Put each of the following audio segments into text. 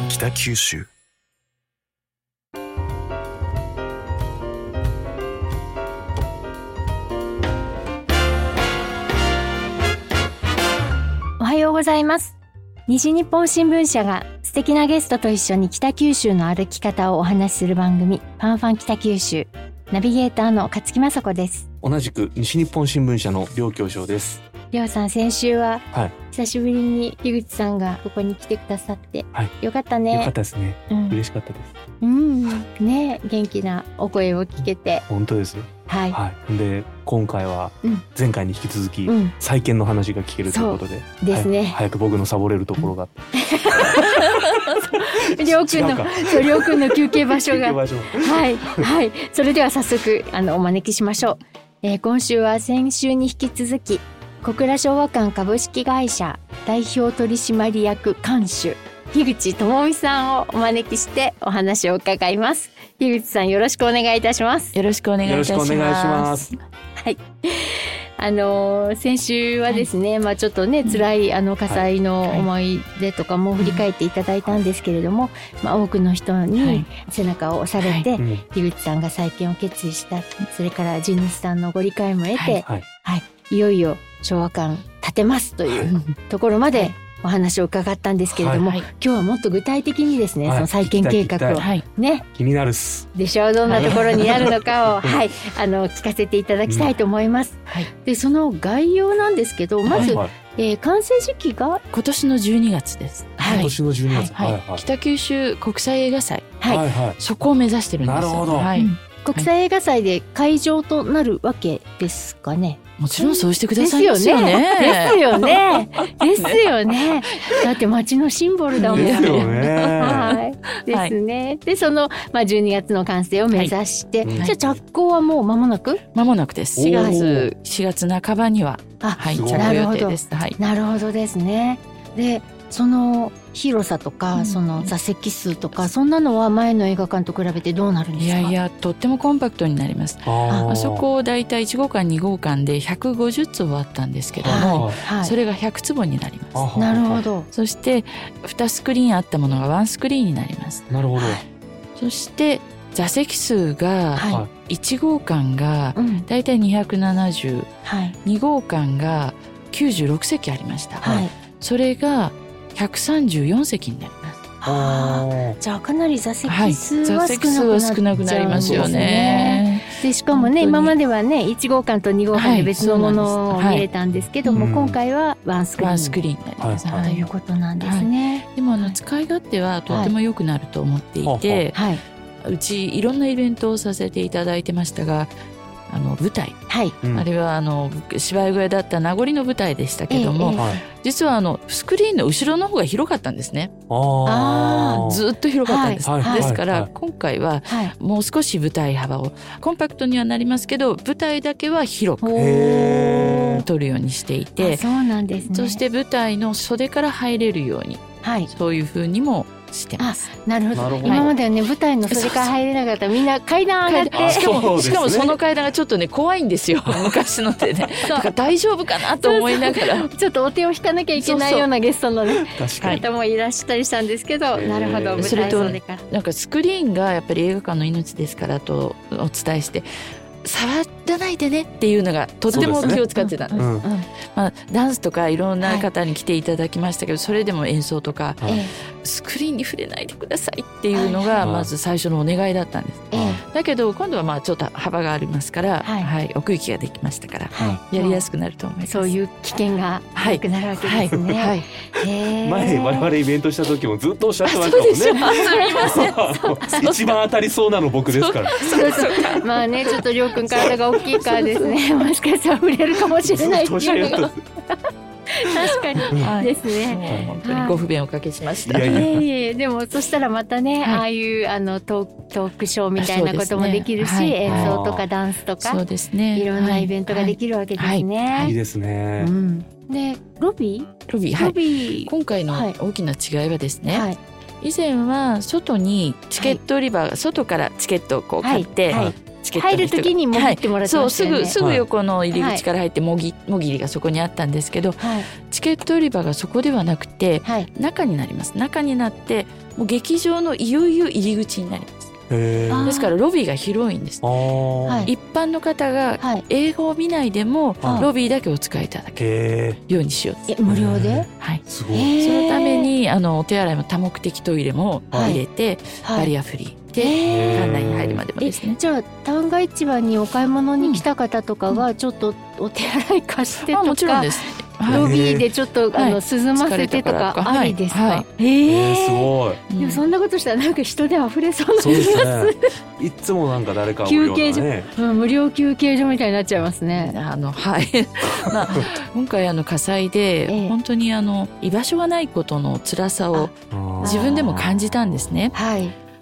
北九州。 おはようございます。西日本新聞社が素敵なゲストと一緒に北九州の歩き方をお話しする番組、ファンファン北九州。ナビゲーターの勝木雅子です。 同じく西日本新聞社の両教授です。 両さん、先週は久しぶりに樋口さんがここに来てくださって、よかったね。 よかったですね、嬉しかったです。 ね、元気なお声を聞けて。 本当です。で今回は前回に引き続き再建の話が聞けるということで、 ですね、 早く僕のサボれるところがりょうくんの休憩場所がそれでは早速お招きしましょう。今週は先週に引き続き小倉昭和館株式会社代表取締役館主樋口智美さんをお招きしてお話を伺います。樋口さん、よろしくお願いいたします。 よろしくお願いいたします。 はい。先週はですね、ちょっとね、辛い火災の思い出とかも振り返っていただいたんですけれども、多くの人に背中を押されて、樋口さんが再建を決意した、それから地主さんのご理解も得て、いよいよ昭和館建てますというところまでお話を伺ったんですけれども、今日はもっと具体的にですね、その再建計画をね、 気になるっすでしょう、どんなところになるのかを聞かせていただきたいと思います。でその概要なんですけど、まず、完成時期が今年の12月です。 今年の12月、 北九州国際映画祭、そこを目指してるんですよ。 なるほど。 国際映画祭で会場となるわけですかね。 もちろんそうしてくださいますよね。 ですよね。ですよね。だって街のシンボルだもんね。 ですよね。 ですね。でその12月の完成を目指して、じゃあ着工はもう間もなく？ 間もなくです。4月半ばには着工予定です。 なるほどですね。でその広さとか、その座席数とか、そんなのは前の映画館と比べてどうなるんですか？ いやとってもコンパクトになります。あそこだいたい1号館2号館で150坪あったんですけども、それが100坪になります。 なるほど。 そして2スクリーンあったものが1スクリーンになります。 なるほど。 そして座席数が1号館がだいたい270、2号館が96席ありました。それが134席になります。 じゃあかなり座席数は少なくなりますよね。 でしかもね、今まではね1号館と2号館で別のものを見れたんですけども、今回はワンスクリーンになります。 ということなんですね。 でも使い勝手はとても良くなると思っていて、うちいろんなイベントをさせていただいてましたが、舞台、あれは芝居小屋だった名残の舞台でしたけども、実はスクリーンの後ろの方が広かったんですね。ずっと広かったんです。ですから今回はもう少し舞台幅をコンパクトにはなりますけど、舞台だけは広く撮るようにしていて、 そうなんですね。 そして舞台の袖から入れるように、そういう風にもしてます。 なるほど。今まではね、舞台の袖から入れなかったらみんな階段上がって、 しかもその階段がちょっとね怖いんですよ。昔のでね。だから大丈夫かなと思いながら、 ちょっとお手を引かなきゃいけないようなゲストの方もいらっしゃったりしたんですけど、なるほど。舞台袖から。 なんかスクリーンがやっぱり映画館の命ですからとお伝えして。触らないでねっていうのがとっても気を使ってたんです。ダンスとかいろんな方に来ていただきましたけど、それでも演奏とか、スクリーンに触れないでくださいっていうのがまず最初のお願いだったんです。だけど今度はちょっと幅がありますから、奥行きができましたから、やりやすくなると思います。 そういう危険がなくなるわけですね。 前我々イベントした時もずっとおっしゃってましたもんね。 すみません。 一番当たりそうなの僕ですから。 まあね、ちょっとりょうくん体が大きいからですね、もしかしたら触れるかもしれないっていうのが確かにですね。 本当にご不便をおかけしました。 でもそしたらまたね、ああいうトークショーみたいなこともできるし、演奏とかダンスとか、いろんなイベントができるわけですね。 いいですね。 でロビー、 今回の大きな違いはですね、以前は外にチケット売り場、外からチケットをこう買って、 チケットの人が入る時にもぎってもらってましたよね。 そうすぐ横の入り口から入ってもぎりがそこにあったんですけど、チケット売り場がそこではなくて、中になります。中になってもう劇場のいよいよ入り口になります。ですからロビーが広いんです。一般の方が映画を見ないでもロビーだけお使いいただけるようにしよう。 無料で？ はい。そのためにお手洗いも多目的トイレも入れて、バリアフリーで館内に入るまでもですね。 じゃあ旦過市場にお買い物に来た方とかがちょっっとお手洗い貸してとか、 もちろんです。 ロビーでちょっと涼ませてとかありですか？ すごい。 でもそんなことしたらなんか人で溢れそうな気がする。 いつもなんか誰かおるようなね。 休憩所、無料休憩所みたいになっちゃいますね。 はい。今回火災で本当に居場所がないことの辛さを自分でも感じたんですね。はい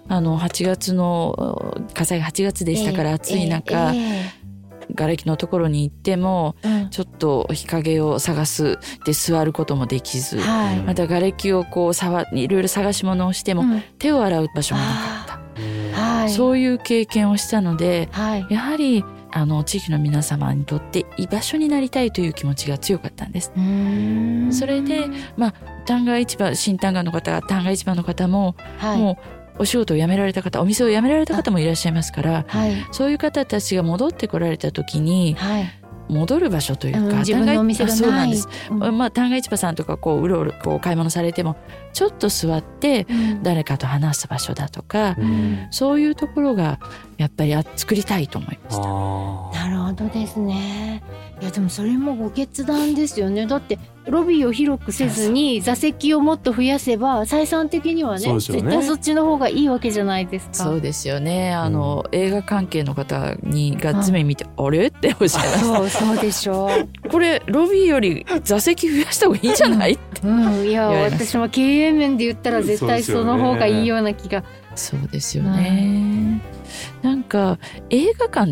。8月の火災が8月でしたから暑い中。瓦礫のところに行っても、ちょっと日陰を探すで座ることもできず、また瓦礫をいろいろ探し物をしても、手を洗う場所もなかった、そういう経験をしたので、やはり地域の皆様にとって居場所になりたいという気持ちが強かったんです。それで旦過市場、新旦過の方、旦過市場の方も、もうお仕事を辞められた方、お店を辞められた方もいらっしゃいますから、そういう方たちが戻ってこられた時に、戻る場所というか、 自分のお店がない。 そうなんです。旦過市場さんとかうろうろ買い物されてもちょっと座って誰かと話す場所だとか、そういうところがやっぱり作りたいと思いました。 なるほどですね。いやでもそれもご決断ですよね。だってロビーを広くせずに座席をもっと増やせば採算的にはね、絶対そっちの方がいいわけじゃないですか。 そうですよね。映画関係の方にがっつめ見て、あれっておっしゃいました。 そうでしょう。 これロビーより座席増やした方がいいんじゃないって、 いや私も経営面で言ったら絶対その方がいいような気が。 そうですよね。なんか映画館って、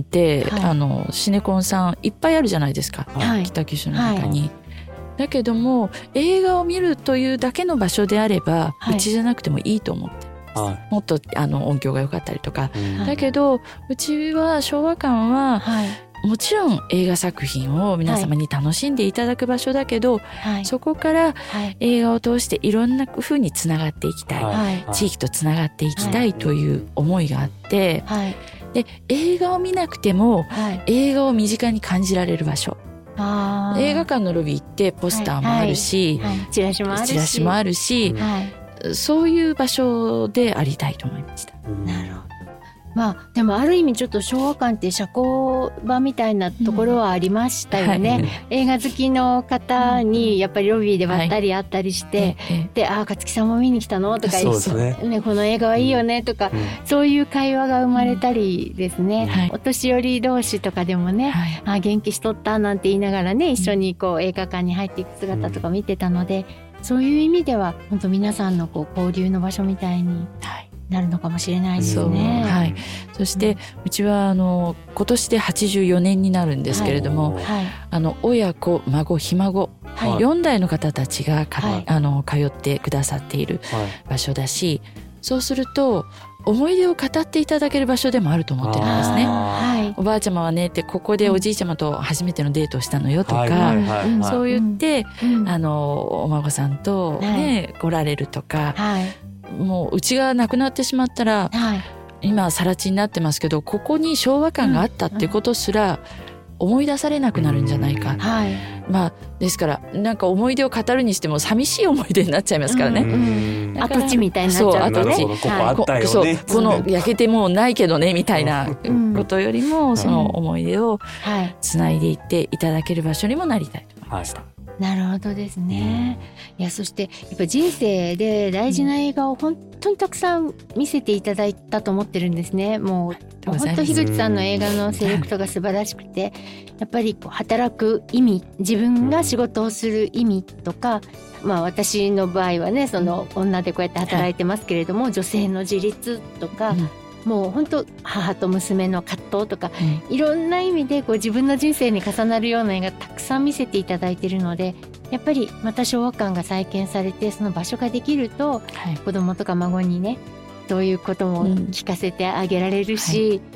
シネコンさんいっぱいあるじゃないですか、北九州の中に、だけども映画を見るというだけの場所であれば、うちじゃなくてもいいと思って、もっと音響が良かったりとか、だけどうちは昭和館は、もちろん映画作品を皆様に楽しんでいただく場所だけど、そこから映画を通していろんな風につながっていきたい、地域とつながっていきたいという思いがあって、で映画を見なくても、映画を身近に感じられる場所、映画館のロビーってポスターもあるし、 チラシもあるし、そういう場所でありたいと思いました。 なるほど。でもある意味ちょっと昭和館って社交場みたいなところはありましたよね。映画好きの方にやっぱりロビーでばったり会ったりして、で勝木さんも見に来たのとか、この映画はいいよねとか、そういう会話が生まれたりですね、お年寄り同士とかでもね、元気しとったなんて言いながらね、一緒に映画館に入っていく姿とか見てたので、そういう意味では本当皆さんの交流の場所みたいになるのかもしれないですね。 そしてうちは今年で84年になるんですけれども、親子孫ひ孫、4代の方たちが通ってくださっている場所だし、そうすると思い出を語っていただける場所でもあると思ってるんですね。おばあちゃまはねって、ここでおじいちゃまと初めてのデートをしたのよとか、そう言って、お孫さんとね、来られるとか、もううちがなくなってしまったら、今は更地になってますけど、ここに昭和館があったっていうことすら思い出されなくなるんじゃないか、ですからなんか思い出を語るにしても寂しい思い出になっちゃいますからね、 跡地みたいになっちゃうとね、 ここあったよね、 この焼けてもうないけどねみたいなことよりも、その思い出をつないでいっていただける場所にもなりたいと思いました。 なるほどですね。いや、そしてやっぱ人生で大事な映画を本当にたくさん見せていただいたと思ってるんですね。もう本当樋口さんの映画のセレクトが素晴らしくて、やっぱり働く意味、自分が仕事をする意味とか、私の場合はね、その女でこうやって働いてますけれども、女性の自立とか、もう本当母と娘の葛藤とか、いろんな意味で自分の人生に重なるような映画たくさん見せていただいているので、やっぱりまた昭和館が再建されてその場所ができると、子供とか孫にね、そういうことも聞かせてあげられるし、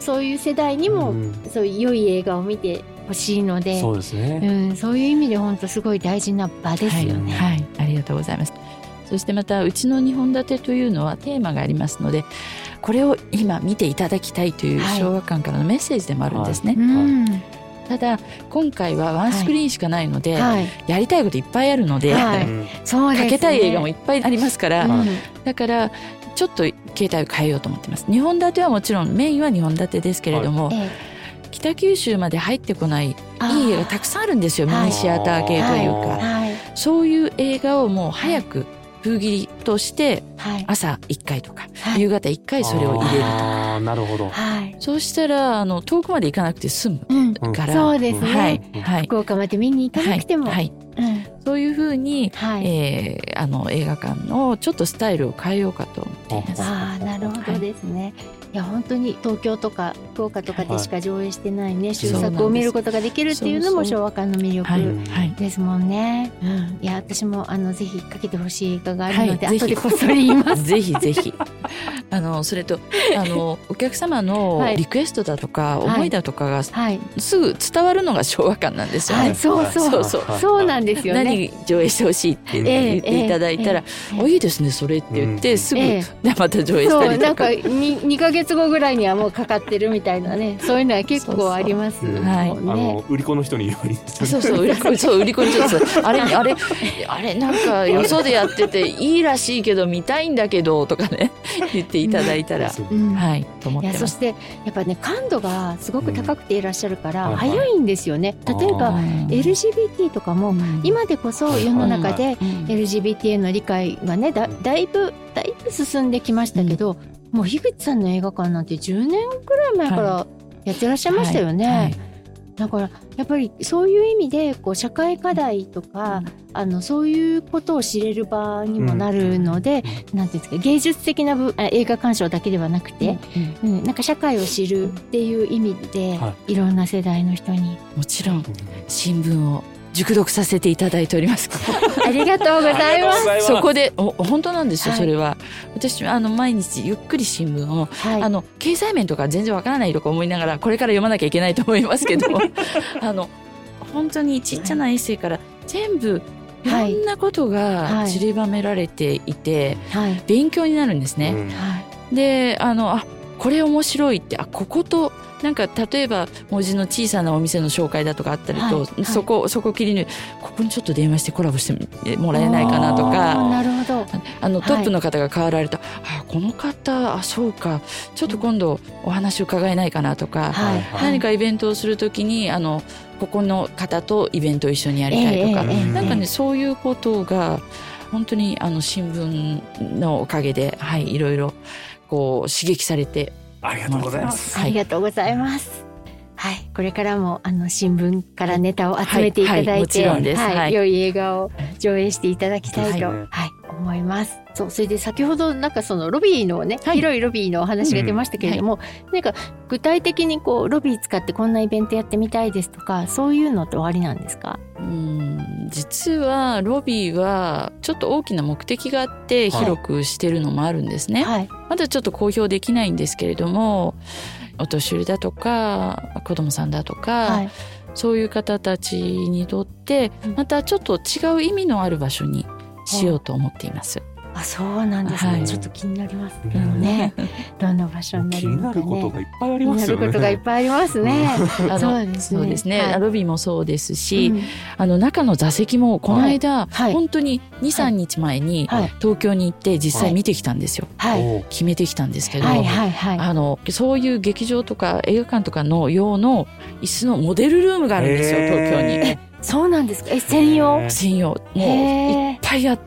そういう世代にも、そういう良い映画を見てほしいので、 そうですね、 そういう意味で本当すごい大事な場ですよね。 はい、ありがとうございます。そしてまたうちの2本立てというのはテーマがありますので、これを今見ていただきたいという小学館からのメッセージでもあるんですね。ただ今回はワンスクリーンしかないので、やりたいこといっぱいあるので、かけたい映画もいっぱいありますから、だからちょっと形態を変えようと思ってます。2本立てはもちろんメインは2本立てですけれども、北九州まで入ってこないいい映画たくさんあるんですよ。ミニシアター系というか、そういう映画をもう早く封切りとして朝1回とか夕方1回それを入れるとか、 なるほど。 そうしたら遠くまで行かなくて済むから、 そうですね、福岡まで見に行かなくても、そういうふうに、映画館のちょっとスタイルを変えようかと思っています。 なるほどですね。いや本当に東京とか福岡とかでしか上映してないね、終作を見ることができるっていうのも昭和館の魅力ですもんね。いや私もぜひかけてほしい映画があるので、後でこっそり言います。 ぜひぜひそれとお客様のリクエストだとか思いだとかがすぐ伝わるのが昭和館なんですよね。 そうなんですよね。 何上映してほしいって言っていただいたら、いいですねそれって言ってすぐまた上映したりとか、 なんか2ヶ月後ぐらいにはもうかかってるみたいなね、そういうのは結構ありますね。 売り子の人に言われるんですよね。 売り子にちょっとあれなんかよそでやってていいらしいけど見たいんだけどとかね言っていただいたら、と思ってます。 そしてやっぱね感度がすごく高くていらっしゃるから早いんですよね。例えば LGBT とかも今でこそ世の中で LGBT への理解がねだいぶ進んできましたけど、もう樋口さんの映画館なんて10年くらい前からやってらっしゃいましたよね。だからやっぱりそういう意味で社会課題とか、そういうことを知れる場にもなるので、なんていうんですか、芸術的な映画鑑賞だけではなくて、なんか社会を知るっていう意味で、いろんな世代の人にもちろん新聞を熟読させていただいております。 ありがとうございます。 そこで本当なんですよ、それは。私毎日ゆっくり新聞を、経済面とか全然わからないとか思いながらこれから読まなきゃいけないと思いますけど本当にちっちゃなエッセイから全部いろんなことが散りばめられていて、勉強になるんですね。でこれ面白いってこことなんか例えば文字の小さなお店の紹介だとかあったりと、そこ切り抜いてここにちょっと電話してコラボしてもらえないかなとか、 なるほど、 トップの方が変わられた、この方そうかちょっと今度お話を伺えないかなとか、何かイベントをするときにここの方とイベントを一緒にやりたいとか、なんかねそういうことが本当に新聞のおかげでいろいろ刺激されて、 ありがとうございます。 ありがとうございます。これからも新聞からネタを集めていただいて、良い映画を上映していただきたいと、思います。それで先ほどなんかそのロビーのね、広いロビーのお話が出ましたけれども、なんか具体的にロビー使ってこんなイベントやってみたいですとか、そういうのっておありなんですか？ 実はロビーはちょっと大きな目的があって広くしてるのもあるんですね。まだちょっと公表できないんですけれども、お年寄りだとか子供さんだとか、そういう方たちにとってまたちょっと違う意味のある場所にしようと思っています。 そうなんですね。ちょっと気になりますね。どんな場所になるのかね。 気になることがいっぱいありますよね。 気になることがいっぱいありますね。 そうですね。ロビーもそうですし、中の座席もこの間本当に 2,3 日前に東京に行って実際見てきたんですよ。決めてきたんですけど、そういう劇場とか映画館とかの用の椅子のモデルルームがあるんですよ、東京に。 そうなんですか。専用もういっぱいあって。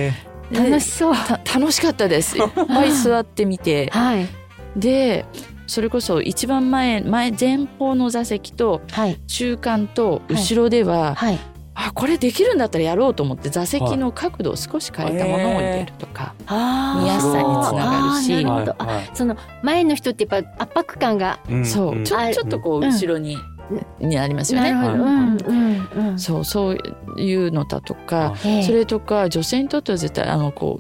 楽しそう。 楽しかったです。いっぱい座ってみて、でそれこそ一番前方の座席と中間と後ろでは、これできるんだったらやろうと思って座席の角度を少し変えたものを入れるとか、見やすさにつながるし、 その前の人ってやっぱ圧迫感が、 そうちょっと後ろになりますよね。そういうのだとか、それとか女性にとっては絶対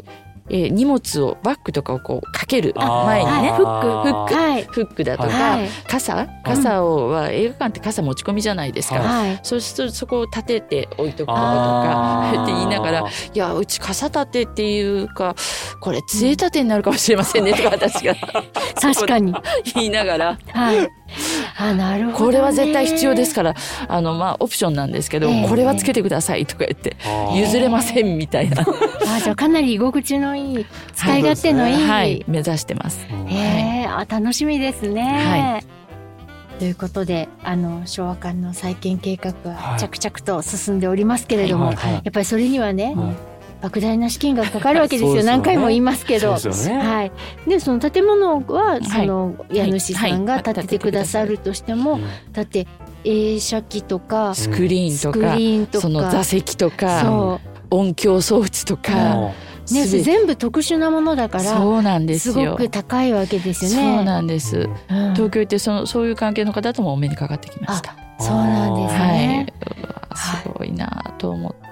荷物をバッグとかをこうかける前にね、フックだとか、傘は映画館って傘持ち込みじゃないですか、そうするとそこを立てて置いとくとかって言いながら、いやうち傘立てっていうかこれ杖立てになるかもしれませんねとか私が確かに言いながら、 なるほどね、 これは絶対必要ですからオプションなんですけど、これはつけてくださいとか言って譲れませんみたいなじゃあかなり居心地のいい、使い勝手のいい、 目指してます。 楽しみですね、ということで昭和館の再建計画は着々と進んでおりますけれども、やっぱりそれにはね、莫大な資金がかかるわけですよ。何回も言いますけど、でその建物はその家主さんが建ててくださるとしても、だって映写機とかスクリーンとかその座席とか音響装置とか全部特殊なものだから、 そうなんですよ、 すごく高いわけですよね。 そうなんです、東京行ってそういう関係の方ともお目にかかってきました。 そうなんですね、 すごいなと思って、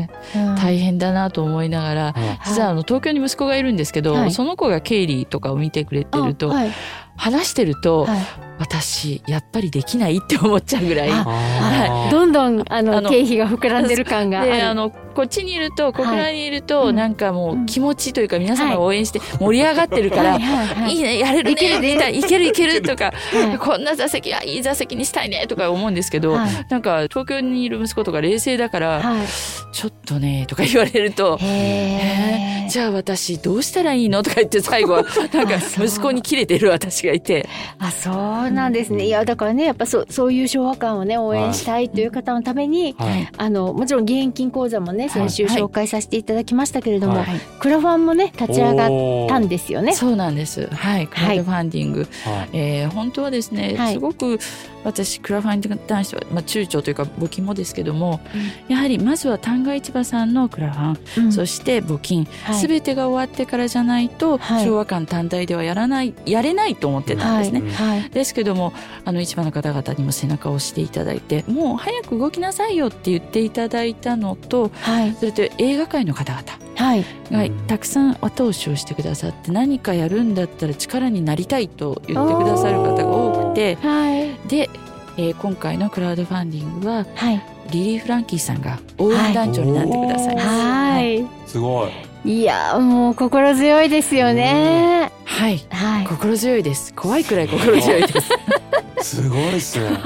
大変だなと思いながら、実は東京に息子がいるんですけど、その子が経理とかを見てくれてると、話してると、私やっぱりできないって思っちゃうぐらい、 どんどん経費が膨らんでる感がある。 でこっちにいると、小倉にいると、なんかもう気持ちというか、皆様が応援して盛り上がってるから、いいね、やれるね、みたいな、いけるとか、こんな座席いい座席にしたいねとか思うんですけど、なんか東京にいる息子とか冷静だから、ちょっとねとか言われると、じゃあ私どうしたらいいのとか言って、最後はなんか息子にキレてる私がいて、 そうなんですね。いやだからね、やっぱそういう昭和館をね応援したいという方のために、もちろん義援金講座もね先週紹介させていただきましたけれども、クラファンもね立ち上がったんですよね。 そうなんです。クラウドファンディング、本当はですね、すごく私クラファンディングに関しては、躊躇というか募金もですけども、やはりまずは旦過市場さんのクラファン、そして募金、全てが終わってからじゃないと、昭和館単体ではやれないと思ってたんですね。ですけども市場の方々にも背中を押していただいて、もう早く動きなさいよって言っていただいたのと、それと映画界の方々がたくさん後押しをしてくださって、何かやるんだったら力になりたいと言ってくださる方が多くて、で、今回のクラウドファンディングは、リリー・フランキーさんが応援団長になってくださいます。 すごい。 いやもう心強いですよね。 心強いです。怖いくらい心強いです。 すごいですね。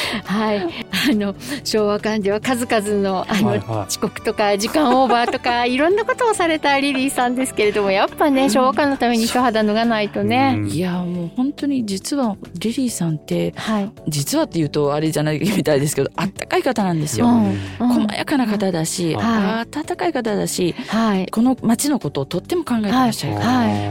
昭和館では数々の遅刻とか時間オーバーとかいろんなことをされたリリーさんですけれども、やっぱね昭和館のために一肌脱がないとね。 いやもう本当に実はリリーさんって、実はっていうとあれじゃないみたいですけど、あったかい方なんですよ。細やかな方だし、温かい方だし、この町のことをとっても考えてらっしゃるから、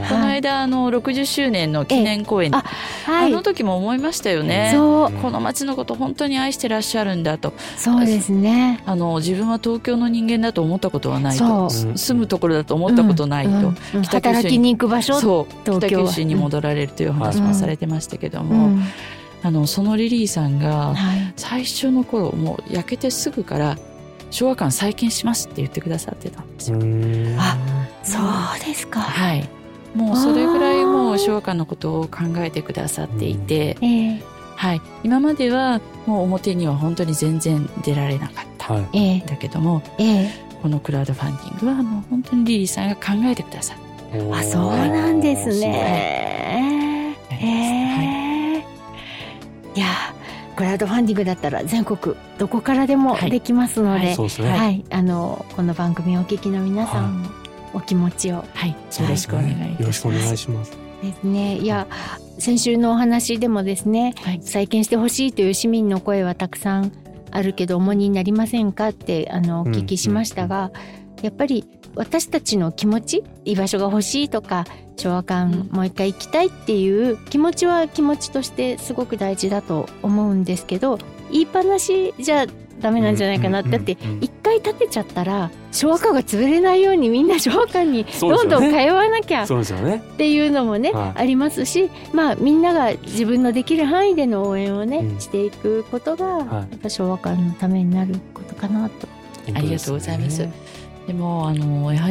この間60周年の記念公演、あの時も思いましたよね。この町のこと本当に愛してらっしゃるんだと。 そうですね。 自分は東京の人間だと思ったことはないと、住むところだと思ったことないと、 働きに行く場所、 北九州に戻られるという話もされてましたけども、そのリリーさんが最初の頃、もう焼けてすぐから昭和館再建しますって言ってくださってたんですよ。 そうですか。 もうそれぐらいもう昭和館のことを考えてくださっていて、今まではもう表には本当に全然出られなかった、だけども、このクラウドファンディングはもう本当にリリーさんが考えてくださる。 そうなんですね。いやクラウドファンディングだったら全国どこからでもできますので、この番組をお聞きの皆さんもお気持ちを、よろしくお願いいたします。 よろしくお願いします。 ですね。いや先週のお話でもですね、再建してほしいという市民の声はたくさんあるけど重荷になりませんかってお聞きしましたが、やっぱり私たちの気持ち、居場所が欲しいとか昭和館もう一回行きたいっていう気持ちは気持ちとしてすごく大事だと思うんですけど、言いっぱなしじゃダメなんじゃないかな。だって一回建てちゃったら昭和館が潰れないようにみんな昭和館にどんどん通わなきゃっていうのもねありますし、みんなが自分のできる範囲での応援をねしていくことがやっぱ昭和館のためになることかなと。 ありがとうございます。でもやはり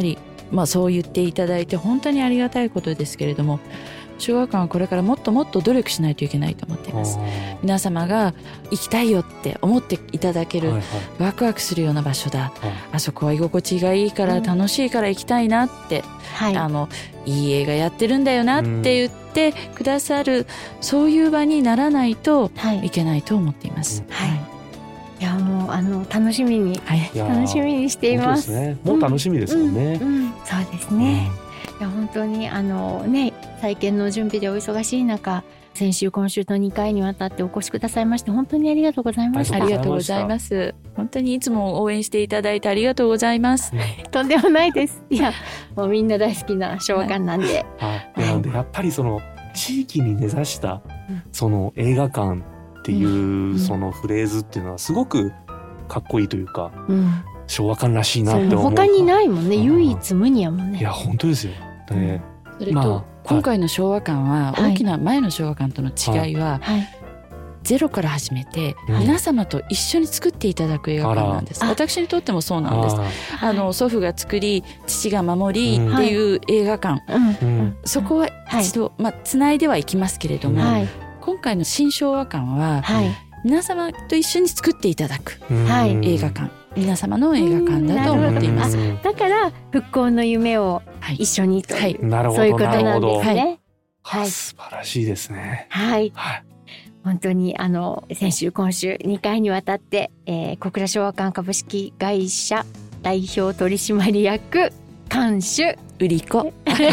そう言っていただいて本当にありがたいことですけれども、昭和館はこれからもっともっと努力しないといけないと思っています。皆様が行きたいよって思っていただける、ワクワクするような場所だ、あそこは居心地がいいから楽しいから行きたいなって、いい映画やってるんだよなって言ってくださる、そういう場にならないといけないと思っています。 いやもう楽しみにしています。 もう楽しみですもんね。 そうですね。いや本当に再建の準備でお忙しい中、先週今週と2回にわたってお越しくださいまして本当にありがとうございました。 ありがとうございます。本当にいつも応援していただいてありがとうございます。 とんでもないです。いやもうみんな大好きな昭和館なんで、 なのでやっぱりその地域に根ざしたその映画館っていうそのフレーズっていうのはすごくかっこいいというか、昭和館らしいなって思う。 他にないもんね、唯一無二やもんね。 いや本当ですよ。 それと、今回の昭和館は大きな前の昭和館との違いは、ゼロから始めて皆様と一緒に作っていただく映画館なんです。私にとってもそうなんです。祖父が作り父が守りっていう映画館、そこは一度つないではいきますけれども、今回の新昭和館は皆様と一緒に作っていただく映画館、皆様の映画館だと思っています。 だから復興の夢を一緒にという、そういうことなんですね。 素晴らしいですね。 本当に先週今週2回にわたって小倉昭和館株式会社代表取締役館主売り子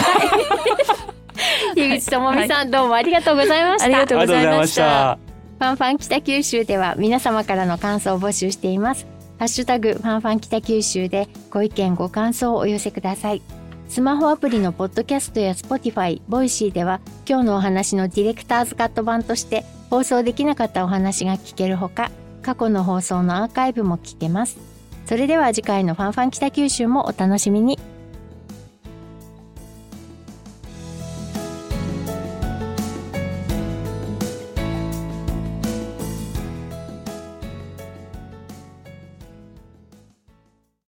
樋口智美さん、どうもありがとうございました。 ありがとうございました。 ファンファン北九州では皆様からの感想を募集しています。ハッシュタグファンファン北九州でご意見ご感想をお寄せください。スマホアプリのポッドキャストや Spotify、ボイシーでは今日のお話のディレクターズカット版として放送できなかったお話が聞けるほか、過去の放送のアーカイブも聞けます。それでは次回のファンファン北九州もお楽しみに。